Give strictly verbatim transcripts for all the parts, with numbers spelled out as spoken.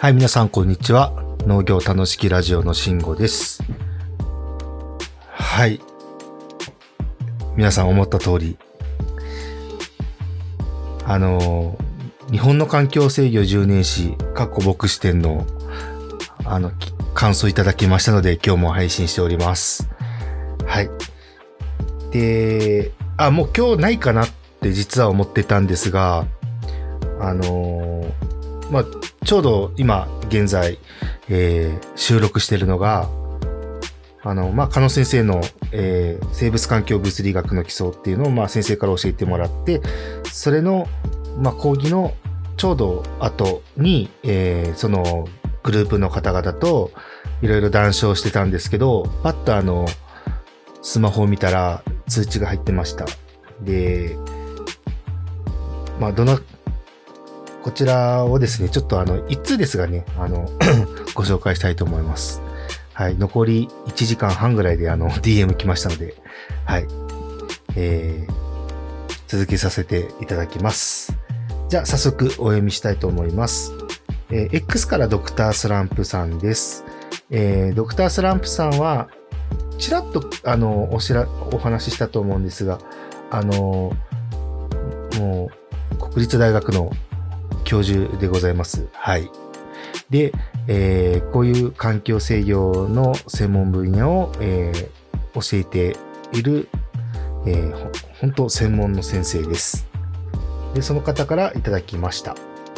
はい、皆さんこんにちは。農業楽しきラジオの慎吾です。はい。皆さん思った通り、あの、日本の環境制御じゅうねん史、かっこ牧師展の、あの、感想いただきましたので、今日も配信しております。はい。で、あ、もう今日ないかなって実は思ってたんですが、あの、まあ、ちょうど今現在、えー、収録しているのが、あの、まあ、加野先生の、えー、生物環境物理学の基礎っていうのを、まあ、先生から教えてもらって、それの、まあ、講義のちょうど後に、えー、そのグループの方々といろいろ談笑してたんですけど、パッとあの、スマホを見たら通知が入ってました。で、まあ、どの、こちらをですね、ちょっとあの、一通ですがね、あの、ご紹介したいと思います。はい、残りいちじかんはんぐらいであの、ディーエム 来ましたので、はい、えー、続けさせていただきます。じゃあ、早速お読みしたいと思います。えー、X からドクタースランプさんです。えー、ドクタースランプさんは、ちらっと、あの、おしら、お話ししたと思うんですが、あの、もう、国立大学の教授でございます。はい。で、えー、こういう環境制御の専門分野を、えー、教えている、えー、本当専門の先生です。で、その方からいただきました。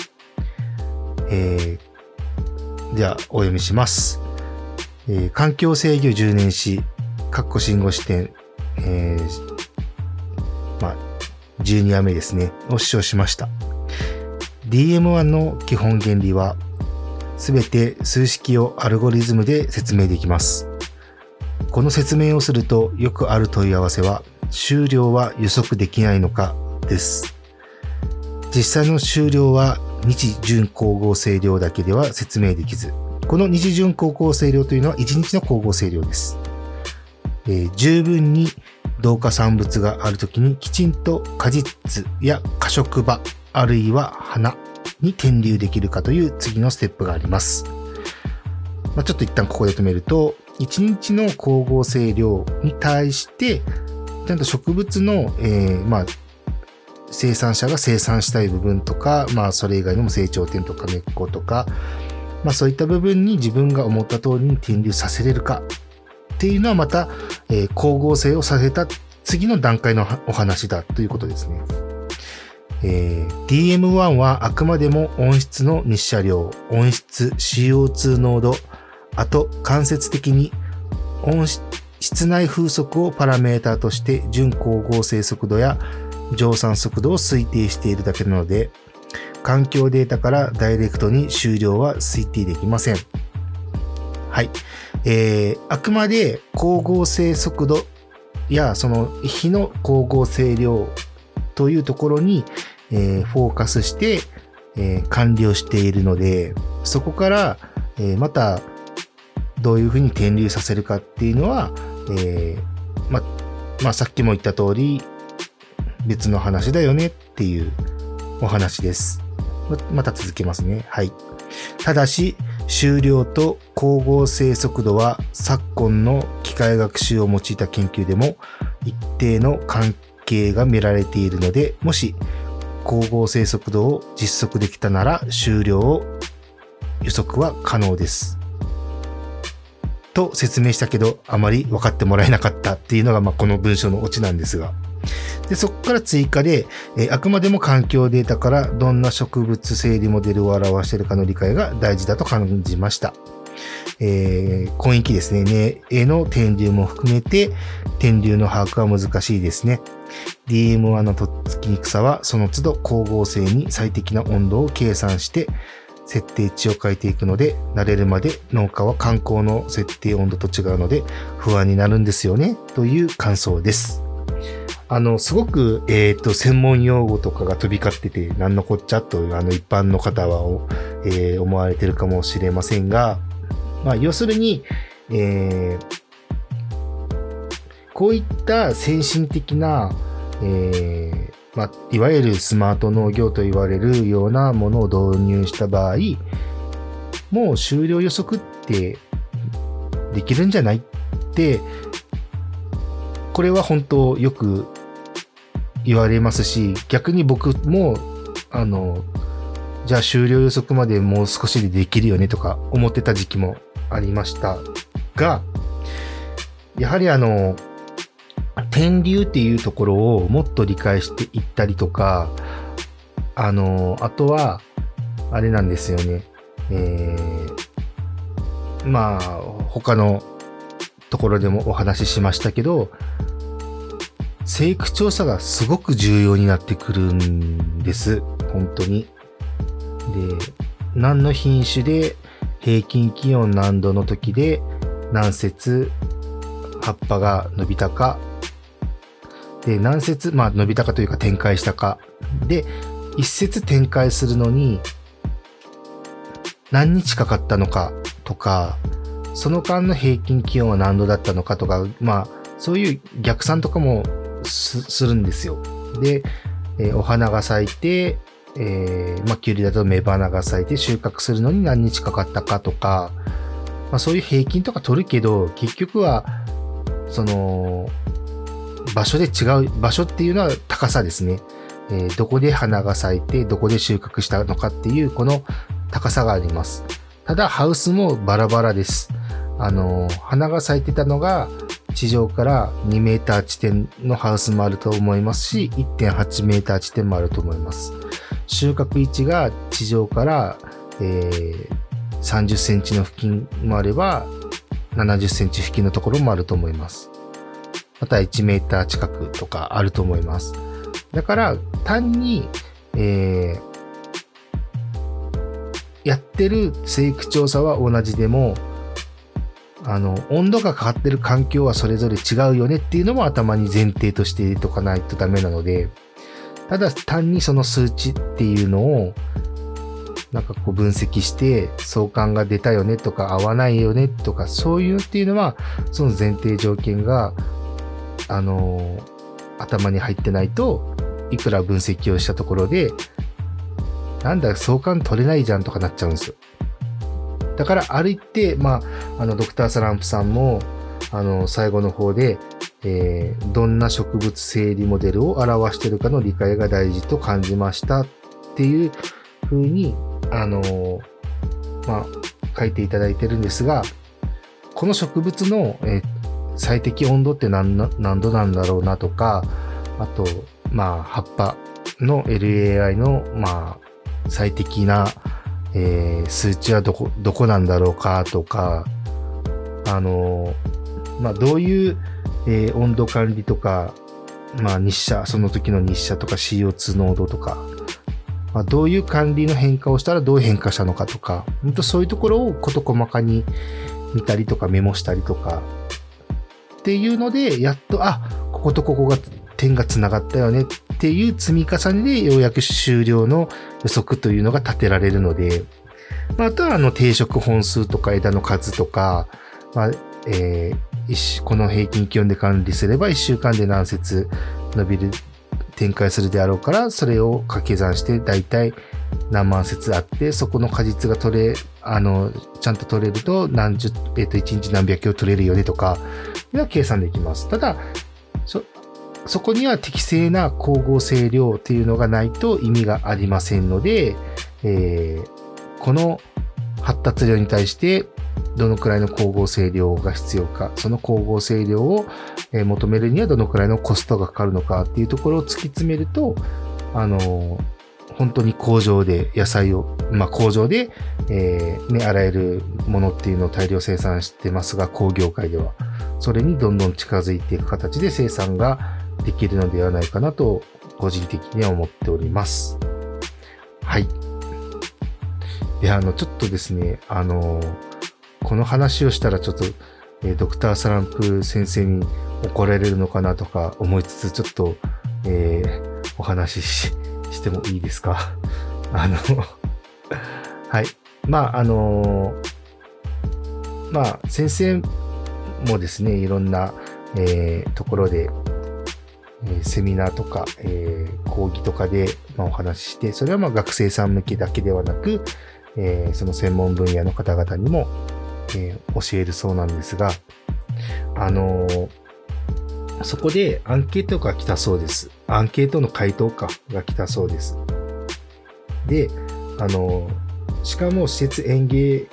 えー、では、お読みします。えー、環境制御じゅうねん史、かっこ慎吾視点、えー、まあ、じゅうにわめですね、を視聴しました。ディーエムワン の基本原理は、すべて数式をアルゴリズムで説明できます。この説明をするとよくある問い合わせは、終量は予測できないのかです。実際の終量は日順光合成量だけでは説明できず、この日順光合成量というのはいちにちの光合成量です。えー、十分に同化産物があるときにきちんと果実や過食場、あるいは花に転流できるかという次のステップがあります。まあ、ちょっと一旦ここで止めると、いちにちの光合成量に対して、ちゃんと植物の、えー、まあ、生産者が生産したい部分とか、まあ、それ以外にも成長点とか根っことか、まあ、そういった部分に自分が思った通りに転流させれるかっていうのはまた、えー、光合成をさせた次の段階のお話だということですね。えー、ディーエムワン はあくまでも温室の日射量、温室 シーオーツー 濃度、あと間接的に温室内風速をパラメータとして準光合成速度や蒸散速度を推定しているだけなので、環境データからダイレクトに終量は推定できません。はい。えー、あくまで光合成速度やその日の光合成量というところに、えー、フォーカスして、えー、管理をしているので、そこから、えー、またどういうふうに転流させるかっていうのは、えー、ま、まあ、さっきも言った通り別の話だよねっていうお話です。ま、また続けますね。はい。ただし、終量と光合成速度は昨今の機械学習を用いた研究でも一定の関係が見られているので、もし光合成速度を実測できたなら終量を予測は可能です。と説明したけど、あまり分かってもらえなかったっていうのが、まあ、この文章のオチなんですが。で、そこから追加で、えー、あくまでも環境データからどんな植物生理モデルを表しているかの理解が大事だと感じました。えー、根域ですね。根への転流も含めて、転流の把握は難しいですね。ディーエムワン のとっつきにくさは、その都度光合成に最適な温度を計算して、設定値を変えていくので、慣れるまで農家は観光の設定温度と違うので、不安になるんですよね、という感想です。あの、すごく、えっと、専門用語とかが飛び交ってて、なんのこっちゃと、あの、一般の方は、えー、思われてるかもしれませんが、まあ、要するに、えー、こういった先進的な、えー、まあ、いわゆるスマート農業と言われるようなものを導入した場合、 もう終了予測ってできるんじゃないって、これは本当よく言われますし、逆に僕も、あの、じゃあ終了予測までもう少しでできるよねとか思ってた時期もありましたが、やはりあの、天流っていうところをもっと理解していったりとか、あの、あとは、あれなんですよね。えー、まあ、他のところでもお話ししましたけど、生育調査がすごく重要になってくるんです。本当に。で、何の品種で平均気温何度の時で何節葉っぱが伸びたか。で、何節、まあ伸びたかというか展開したか。で、一節展開するのに何日かかったのかとか、その間の平均気温は何度だったのかとか、まあそういう逆算とかも す, するんですよ。で、えー、お花が咲いて、えー、まあキュウリだと雌花が咲いて収穫するのに何日かかったかとか、まあそういう平均とか取るけど、結局はその場所で違う、場所っていうのは高さですね。えー、どこで花が咲いて、どこで収穫したのかっていう、この高さがあります。ただ、ハウスもバラバラです。あの、花が咲いてたのが、地上からにメーター地点のハウスもあると思いますし、いってんはちメーター地点もあると思います。収穫位置が地上から、えー、さんじゅっセンチの付近もあれば、ななじゅっセンチ付近のところもあると思います。またいちメーター近くとかあると思います。だから、単に、えー、やってる生育調査は同じでも、あの、温度が変わってる環境はそれぞれ違うよねっていうのも頭に前提として入れとかないとダメなので、ただ単にその数値っていうのを、なんかこう分析して、相関が出たよねとか合わないよねとか、そういうっていうのは、その前提条件が、あの、頭に入ってないと、いくら分析をしたところで、なんだ、相関取れないじゃんとかなっちゃうんですよ。だから、歩いて、まあ、あの、ドクタースランプさんも、あの、最後の方で、えー、どんな植物生理モデルを表しているかの理解が大事と感じましたっていう風に、あの、まあ、書いていただいてるんですが、この植物の、えー、最適温度って何、何度なんだろうなとか、あと、まあ、葉っぱの エルエーアイ の、まあ、最適な、えー、数値はどこ、どこなんだろうかとか、あの、まあ、どういう、えー、温度管理とか、まあ、日射、その時の日射とか シーオーツー 濃度とか、まあ、どういう管理の変化をしたらどう変化したのかとか、本当そういうところを事細かに見たりとかメモしたりとか、っていうので、やっと、あ、こことここが点が繋がったよねっていう積み重ねでようやく終了の予測というのが立てられるので、まあ、あとはあの定食本数とか枝の数とか、まあえー、この平均気温で管理すればいっしゅうかんで何節伸びる、展開するであろうから、それを掛け算してだいたい何万節あって、そこの果実が取れ、あの、ちゃんと取れると何十、えっと、いちにち何百キロ取れるよねとか、は計算できます。ただ、そ、そこには適正な光合成量っていうのがないと意味がありませんので、えー、この発達量に対してどのくらいの光合成量が必要か、その光合成量を求めるにはどのくらいのコストがかかるのかっていうところを突き詰めると、あの、本当に工場で野菜を、まあ工場で、えー、ね、洗えるものっていうのを大量生産してますが、工業界では。それにどんどん近づいていく形で生産ができるのではないかなと、個人的には思っております。はい。で、あの、ちょっとですね、あの、この話をしたらちょっと、えー、ドクタースランプ先生に怒られるのかなとか思いつつ、ちょっと、えー、お話ししてもいいですか？あの、はい。まあ、あの、まあ、先生もですね、いろんな、えー、ところで、えー、セミナーとか、えー、講義とかで、まあ、お話しして、それはまあ学生さん向けだけではなく、 えー、その専門分野の方々にも、えー、教えるそうなんですが、あのー、そこでアンケートが来たそうです。アンケートの回答かが来たそうです。で、あのー、しかも施設園芸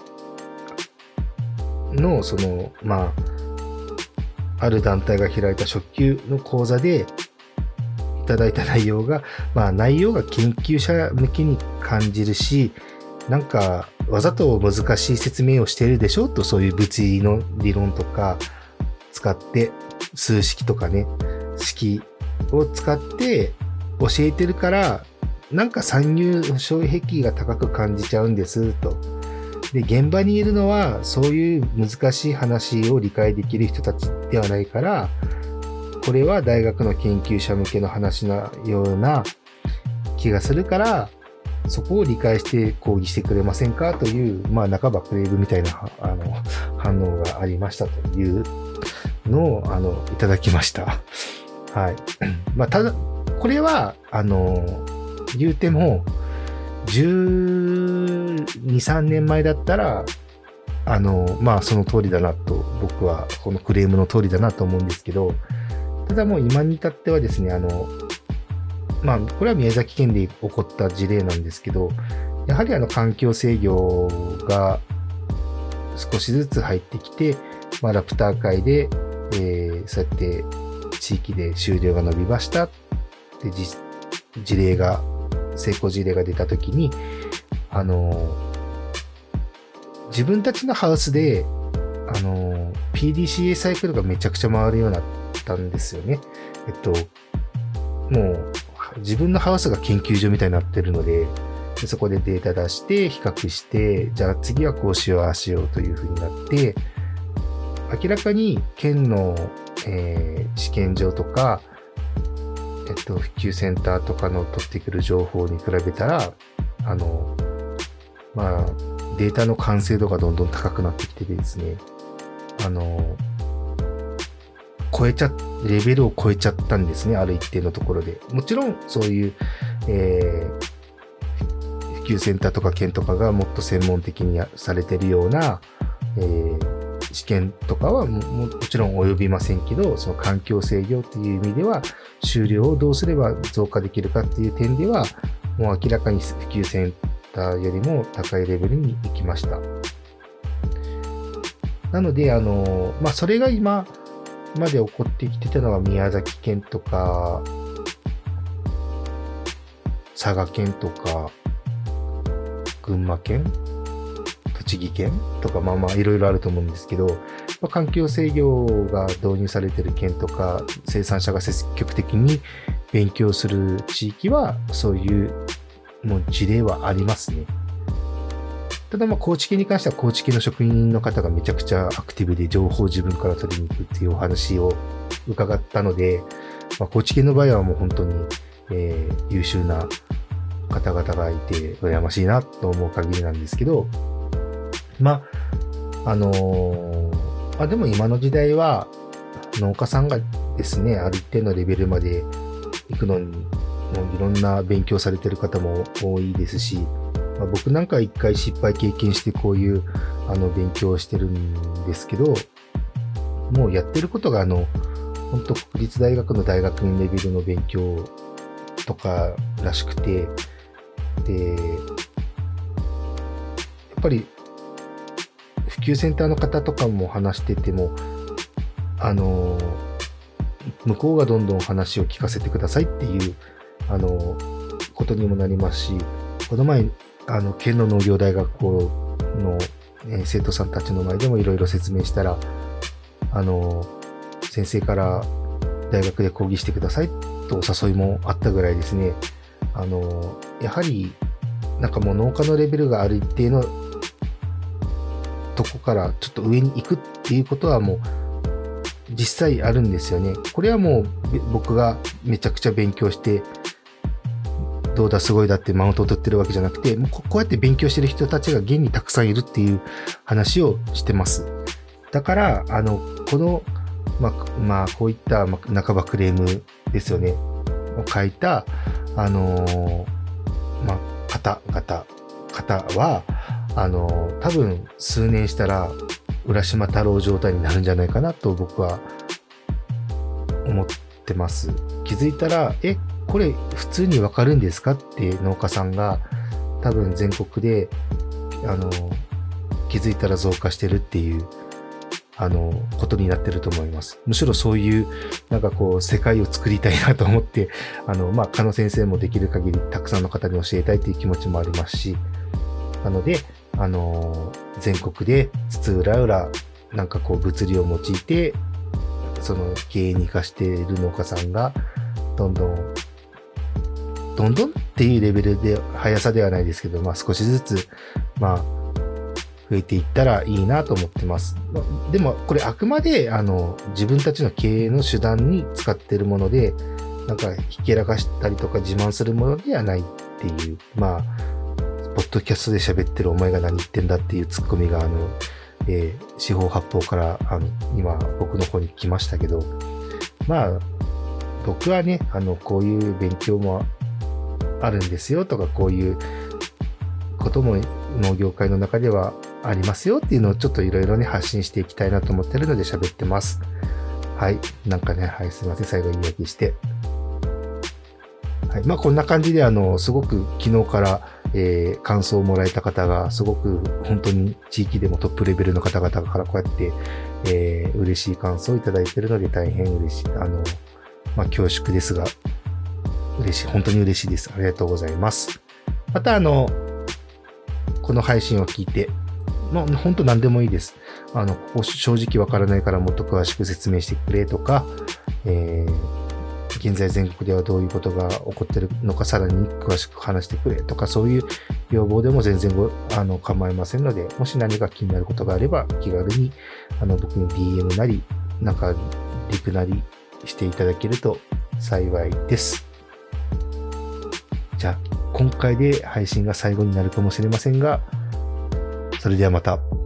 のその、まあ、ある団体が開いた初級の講座でいただいた内容が、まあ内容が研究者向けに感じるし、なんかわざと難しい説明をしているでしょと、そういう物理の理論とか使って、数式とかね、式を使って教えてるから、なんか参入障壁が高く感じちゃうんですと。で、現場にいるのはそういう難しい話を理解できる人たちではないから、これは大学の研究者向けの話のような気がするから、そこを理解して講義してくれませんかという、まあ半ばクレームみたいなあの反応がありましたというのをあのいただきました。はい。まあただ、これは、あの、言うても、じゅうに、さんねんまえだったら、あの、まあその通りだなと、僕はこのクレームの通りだなと思うんですけど、ただもう今に至ってはですね、あの、まあこれは宮崎県で起こった事例なんですけど、やはりあの環境制御が少しずつ入ってきて、まあラプター界で、えー、そうやって地域で収量が伸びましたって事例が、成功事例が出たときに、あの、自分たちのハウスで、あの、ピーディーシーエー サイクルがめちゃくちゃ回るようになったんですよね。えっと、もう、自分のハウスが研究所みたいになってるので、でそこでデータ出して、比較して、じゃあ次はこうしよう、ああしようというふうになって、明らかに県の、えー、試験場とか、えっと、普及センターとかの取ってくる情報に比べたら、あの、まあ、データの完成度がどんどん高くなってきてですね、あの、超えちゃ、レベルを超えちゃったんですね、ある一定のところで。もちろん、そういう、えー、普及センターとか県とかがもっと専門的にされてるような、えー試験とかは も, もちろん及びませんけど、その環境制御っていう意味では、収量をどうすれば増加できるかっていう点では、もう明らかに普及センターよりも高いレベルに行きました。なので、あの、まあ、それが今まで起こってきてたのは宮崎県とか、佐賀県とか、群馬県栃木県とか、まあまあいろいろあると思うんですけど、まあ、環境制御が導入されている県とか、生産者が積極的に勉強する地域は、そういうもう事例はありますね。ただまあ高知県に関しては高知県の職人の方がめちゃくちゃアクティブで情報を自分から取りに行くっていうお話を伺ったので、まあ、高知県の場合はもう本当に、えー、優秀な方々がいて羨ましいなと思う限りなんですけど、まあ、あのー、まあでも今の時代は農家さんがですね、ある一定のレベルまで行くのに、もういろんな勉強されてる方も多いですし、まあ、僕なんか一回失敗経験してこういうあの勉強をしてるんですけど、もうやってることがあの、本当国立大学の大学院レベルの勉強とからしくて、で、やっぱり普及センターの方とかも話してても、あの、向こうがどんどん話を聞かせてくださいっていう、あの、ことにもなりますし、この前、あの、県の農業大学校の、えー、生徒さんたちの前でもいろいろ説明したら、あの、先生から大学で講義してくださいとお誘いもあったぐらいですね、あの、やはり、なんかもう農家のレベルがある一定のとこからちょっと上に行くっていうことはもう実際あるんですよね。これはもう僕がめちゃくちゃ勉強してどうだすごいだってマウントを取ってるわけじゃなくて、もうこうやって勉強してる人たちが現にたくさんいるっていう話をしてます。だからあのこのまあ、まあ、こういった半ばクレームですよねを書いたあのー、まあ方々方はあの、多分数年したら浦島太郎状態になるんじゃないかなと僕は思ってます。気づいたら、え、これ普通にわかるんですかって農家さんが多分全国で、あの、気づいたら増加してるっていう、あの、ことになってると思います。むしろそういう、なんかこう、世界を作りたいなと思って、あの、まあ、加野先生もできる限りたくさんの方に教えたいという気持ちもありますし、なので、あの、全国で津々浦々、なんかこう、物理を用いて、その経営に活かしている農家さんが、どんどん、どんどんっていうレベルで、速さではないですけど、まあ少しずつ、まあ、増えていったらいいなと思ってます。でも、これあくまで、あの、自分たちの経営の手段に使っているもので、なんか、ひけらかしたりとか自慢するものではないっていう、まあ、ポッドキャストで喋ってるお前が何言ってんだっていうツッコミが、あの、えー、四方八方から、あの、今、僕の方に来ましたけど、まあ、僕はね、あの、こういう勉強もあるんですよとか、こういうことも農業界の中ではありますよっていうのをちょっといろいろね、発信していきたいなと思ってるので喋ってます。はい。なんかね、はい、すいません。最後言い訳して。はい。まあ、こんな感じで、あの、すごく昨日から、えー、感想をもらえた方が、すごく本当に地域でもトップレベルの方々からこうやって、えー、嬉しい感想をいただいているので大変嬉しい。あの、まあ、恐縮ですが、嬉しい。本当に嬉しいです。ありがとうございます。また、あの、この配信を聞いて、まあ、本当何でもいいです。あの、ここ正直わからないからもっと詳しく説明してくれとか、えー、現在全国ではどういうことが起こってるのかさらに詳しく話してくれとか、そういう要望でも全然ごあの構いませんので、もし何か気になることがあれば気軽にあの僕に ディーエム なり、なんかリプなりしていただけると幸いです。じゃあ、今回で配信が最後になるかもしれませんが、それではまた。